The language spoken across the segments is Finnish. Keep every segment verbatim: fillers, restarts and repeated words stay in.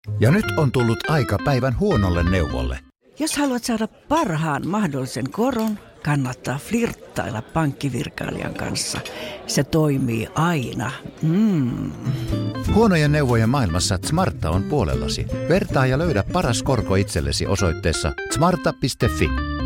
Ja nyt on tullut aika päivän huonolle neuvolle. Jos haluat saada parhaan mahdollisen koron, kannattaa flirttailla pankkivirkailijan kanssa. Se toimii aina. Mm. Huonojen neuvojen maailmassa Smarta on puolellasi. Vertaa ja löydä paras korko itsellesi osoitteessa smarta piste fi.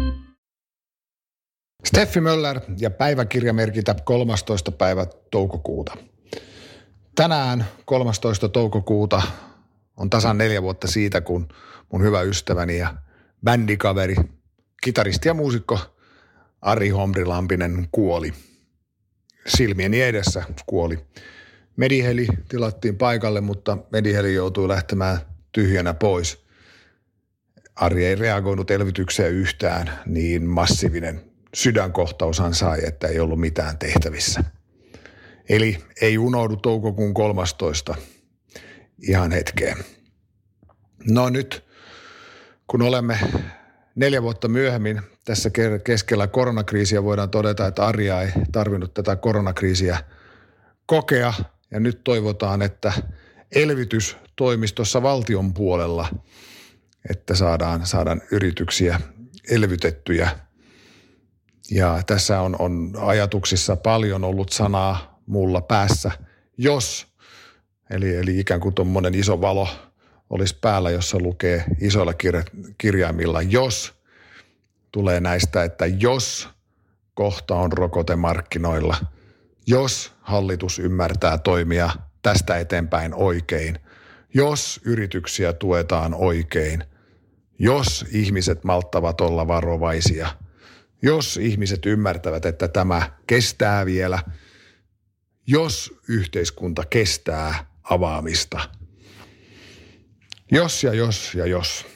Steffi Möller ja päiväkirjamerkintä kolmastoista päivä toukokuuta. Tänään kolmastoista toukokuuta on tasan neljä vuotta siitä, kun mun hyvä ystäväni ja bändikaveri, kitaristi ja muusikko Ari Homri-Lampinen kuoli. Silmieni edessä kuoli. Mediheli tilattiin paikalle, mutta Mediheli joutui lähtemään tyhjänä pois. Ari ei reagoinut elvytykseen yhtään, niin massiivinen sydänkohtaus hän sai, että ei ollut mitään tehtävissä. Eli ei unohdu toukokuun kolmastoista ihan hetkeen. No nyt, kun olemme neljä vuotta myöhemmin tässä keskellä koronakriisiä, voidaan todeta, että Arja ei tarvinnut tätä koronakriisiä kokea. Ja nyt toivotaan, että elvytystoimistossa valtion puolella, että saadaan, saadaan yrityksiä elvytettyjä. Ja tässä on, on ajatuksissa paljon ollut sanaa mulla päässä, jos, eli, eli ikään kuin tuommoinen iso valo olisi päällä, jossa lukee isoilla kir- kirjaimilla, jos tulee näistä, että jos kohta on rokote markkinoilla, jos hallitus ymmärtää toimia tästä eteenpäin oikein, jos yrityksiä tuetaan oikein, jos ihmiset malttavat olla varovaisia, jos ihmiset ymmärtävät, että tämä kestää vielä, jos yhteiskunta kestää avaamista. Jos ja jos ja jos.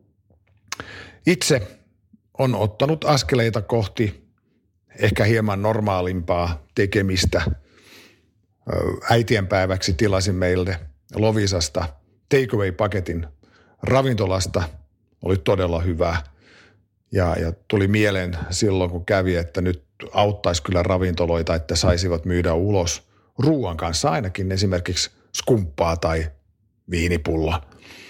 Itse on ottanut askeleita kohti ehkä hieman normaalimpaa tekemistä. Äitienpäiväksi tilasin meille Lovisasta takeaway-paketin ravintolasta. Oli todella hyvä. Ja, ja tuli mieleen silloin, kun kävi, että nyt auttaisi kyllä ravintoloita, että saisivat myydä ulos ruoan kanssa ainakin esimerkiksi skumppaa tai viinipulloa.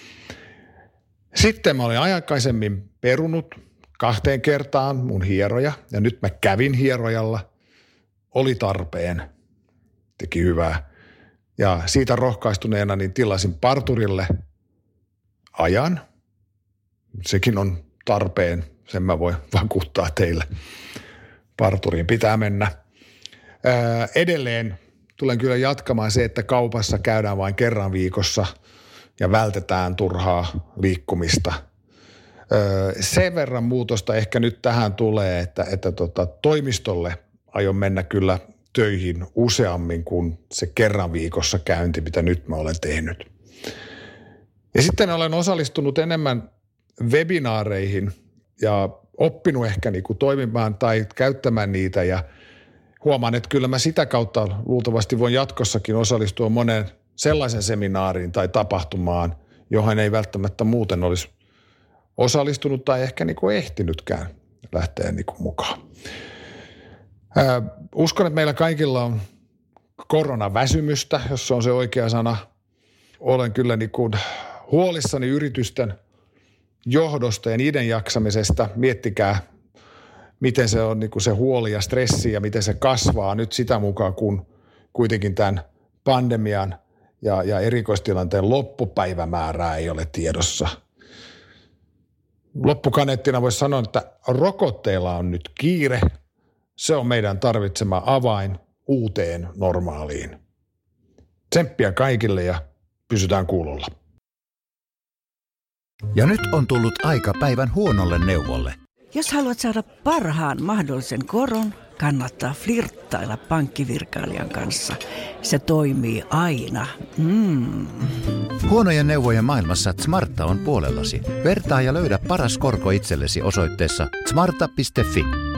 Sitten mä olin aikaisemmin perunut kahteen kertaan mun hieroja ja nyt mä kävin hierojalla. Oli tarpeen. Teki hyvää. Ja siitä rohkaistuneena niin tilasin parturille ajan. Sekin on tarpeen. Sen mä voin vakuuttaa teille. Parturiin pitää mennä. Ää, edelleen tulen kyllä jatkamaan se, että kaupassa käydään vain kerran viikossa ja vältetään turhaa liikkumista. Öö, sen verran muutosta ehkä nyt tähän tulee, että, että tota, toimistolle aion mennä kyllä töihin useammin kuin se kerran viikossa käynti, mitä nyt mä olen tehnyt. Ja sitten olen osallistunut enemmän webinaareihin ja oppinut ehkä niin kuin toimimaan tai käyttämään niitä ja huomaan, että kyllä mä sitä kautta luultavasti voin jatkossakin osallistua moneen sellaisen seminaariin tai tapahtumaan, johon ei välttämättä muuten olisi osallistunut tai ehkä niin kuin ehtinytkään lähteä niin kuin mukaan. Ää, uskon, että meillä kaikilla on koronaväsymystä, jos se on se oikea sana. Olen kyllä niin kuin huolissani yritysten johdosta ja niiden jaksamisesta. Miettikää, miten se on niin kuin se huoli ja stressi ja miten se kasvaa nyt sitä mukaan, kun kuitenkin tämän pandemian ja, ja erikoistilanteen loppupäivämäärää ei ole tiedossa. Loppukaneettina voisi sanoa, että rokotteilla on nyt kiire. Se on meidän tarvitsema avain uuteen normaaliin. Tsemppiä kaikille ja pysytään kuulolla. Ja nyt on tullut aika päivän huonolle neuvolle. Jos haluat saada parhaan mahdollisen koron, kannattaa flirttailla pankkivirkailijan kanssa. Se toimii aina. Mm. Huonojen neuvojen maailmassa Smarta on puolellasi. Vertaa ja löydä paras korko itsellesi osoitteessa smarta piste fi.